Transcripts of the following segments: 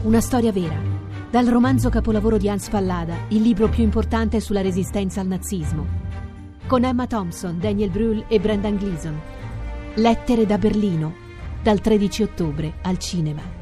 Una storia vera. Dal romanzo capolavoro di Hans Fallada, il libro più importante sulla resistenza al nazismo. Con Emma Thompson, Daniel Brühl e Brendan Gleeson. Lettere da Berlino, dal 13 ottobre al cinema.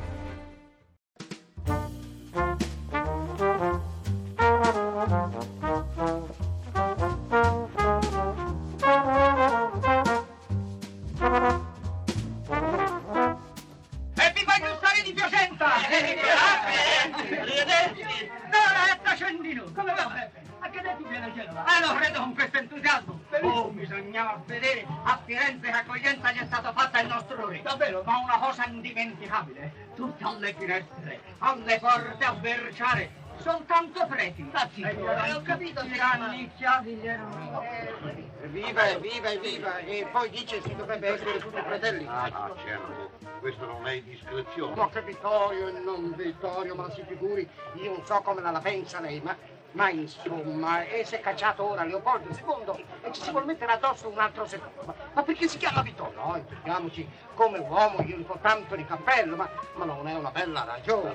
Come va? A che detto viene a Genova? Lo credo con questo entusiasmo. Bisognava vedere a Firenze che accoglienza gli è stata fatta il nostro re. Davvero? Ma una cosa indimenticabile. Tutte alle finestre, alle porte a berciare, soltanto preti. Ho capito, tiranni, chiavi gli erano. Viva! E poi dice si dovrebbe essere tutti fratelli. No, certo. Questo non è discrezione. No, che Vittorio e non Vittorio, ma si figuri, io non so come la pensa lei, ma insomma, e si è cacciato ora Leopoldo II e ci si vuol mettere addosso un altro secondo. Ma perché si chiama Vittorio? No, intendiamoci, come uomo io gli do tanto di cappello, ma non è una bella ragione.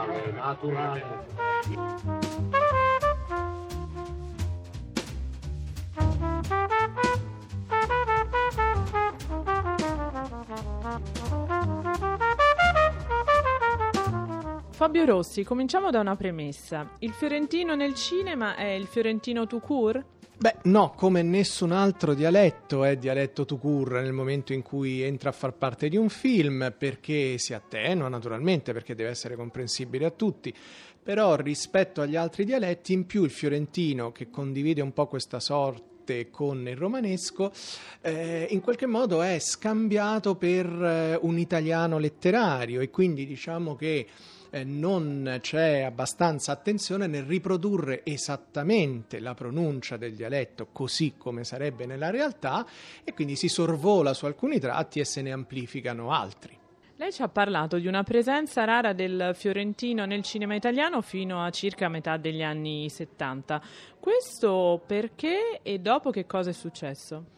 Naturale. Fabio Rossi, cominciamo da una premessa. Il fiorentino nel cinema è il fiorentino tout court? Beh, no, come nessun altro dialetto è dialetto tout court nel momento in cui entra a far parte di un film, perché si attenua naturalmente, perché deve essere comprensibile a tutti. Però rispetto agli altri dialetti, in più il fiorentino, che condivide un po' questa sorte con il romanesco, in qualche modo è scambiato per un italiano letterario, e quindi diciamo che non c'è abbastanza attenzione nel riprodurre esattamente la pronuncia del dialetto così come sarebbe nella realtà, e quindi si sorvola su alcuni tratti e se ne amplificano altri. Lei ci ha parlato di una presenza rara del fiorentino nel cinema italiano fino a circa metà degli anni 70. Questo perché e dopo che cosa è successo?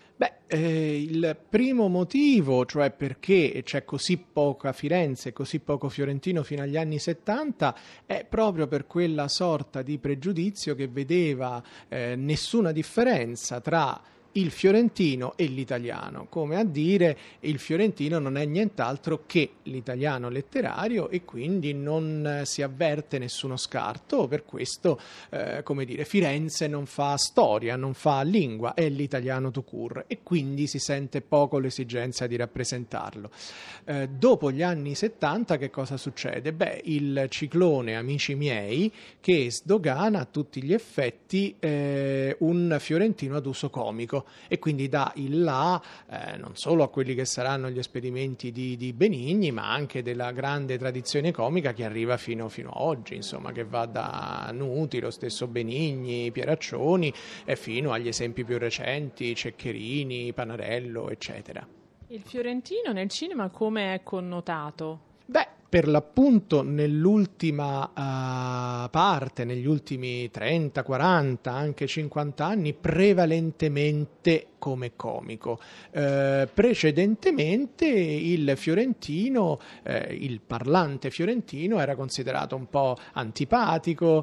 Il primo motivo, cioè perché c'è così poca Firenze, così poco fiorentino fino agli anni 70, è proprio per quella sorta di pregiudizio che vedeva nessuna differenza tra il fiorentino e l'italiano, come a dire il fiorentino non è nient'altro che l'italiano letterario e quindi non si avverte nessuno scarto. Per questo come dire, Firenze non fa storia, non fa lingua, è l'italiano tout court, e quindi si sente poco l'esigenza di rappresentarlo. Dopo gli anni 70 che cosa succede? Il ciclone Amici miei, che sdogana a tutti gli effetti un fiorentino ad uso comico, e quindi dà il là non solo a quelli che saranno gli esperimenti di Benigni, ma anche della grande tradizione comica che arriva fino a oggi, insomma, che va da Nuti, lo stesso Benigni, Pieraccioni, e fino agli esempi più recenti, Ceccherini, Panarello, eccetera. Il fiorentino nel cinema come è connotato? Per l'appunto nell'ultima parte, negli ultimi 30, 40, anche 50 anni, prevalentemente come comico. Precedentemente il fiorentino, il parlante fiorentino era considerato un po' antipatico,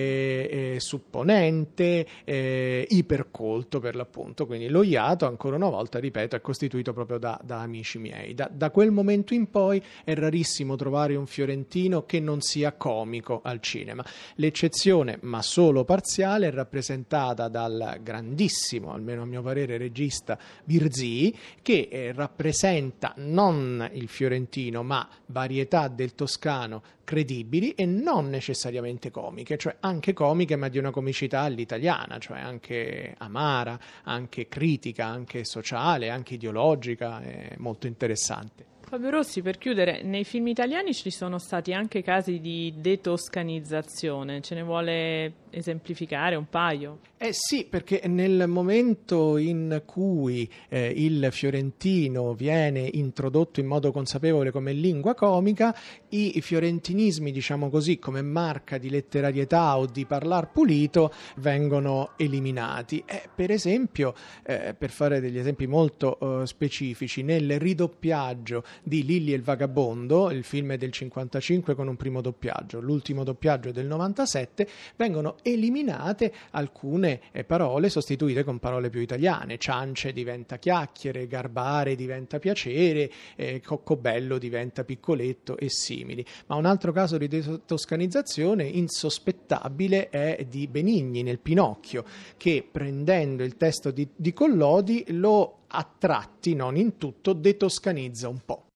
supponente, ipercolto per l'appunto, quindi lo iato, ancora una volta, ripeto, è costituito proprio da Amici miei. Da quel momento in poi è rarissimo trovare un fiorentino che non sia comico al cinema. L'eccezione, ma solo parziale, è rappresentata dal grandissimo, almeno a mio parere, regista Virzì, che rappresenta non il fiorentino ma varietà del toscano credibili e non necessariamente comiche, cioè anche comiche ma di una comicità all'italiana, cioè anche amara, anche critica, anche sociale, anche ideologica, molto interessante. Fabio Rossi, per chiudere, nei film italiani ci sono stati anche casi di detoscanizzazione, ce ne vuole esemplificare un paio? Sì, perché nel momento in cui il fiorentino viene introdotto in modo consapevole come lingua comica, i fiorentinismi, diciamo così, come marca di letterarietà o di parlar pulito, vengono eliminati. Per esempio, per fare degli esempi molto specifici, nel ridoppiaggio di Lilli e il vagabondo, il film è del 55 con un primo doppiaggio, l'ultimo doppiaggio è del 97, vengono eliminate alcune parole sostituite con parole più italiane. Ciance diventa chiacchiere, garbare diventa piacere, coccobello diventa piccoletto e simili. Ma un altro caso di toscanizzazione insospettabile è di Benigni nel Pinocchio, che prendendo il testo di Collodi lo a tratti, non in tutto, detoscanizza un po'.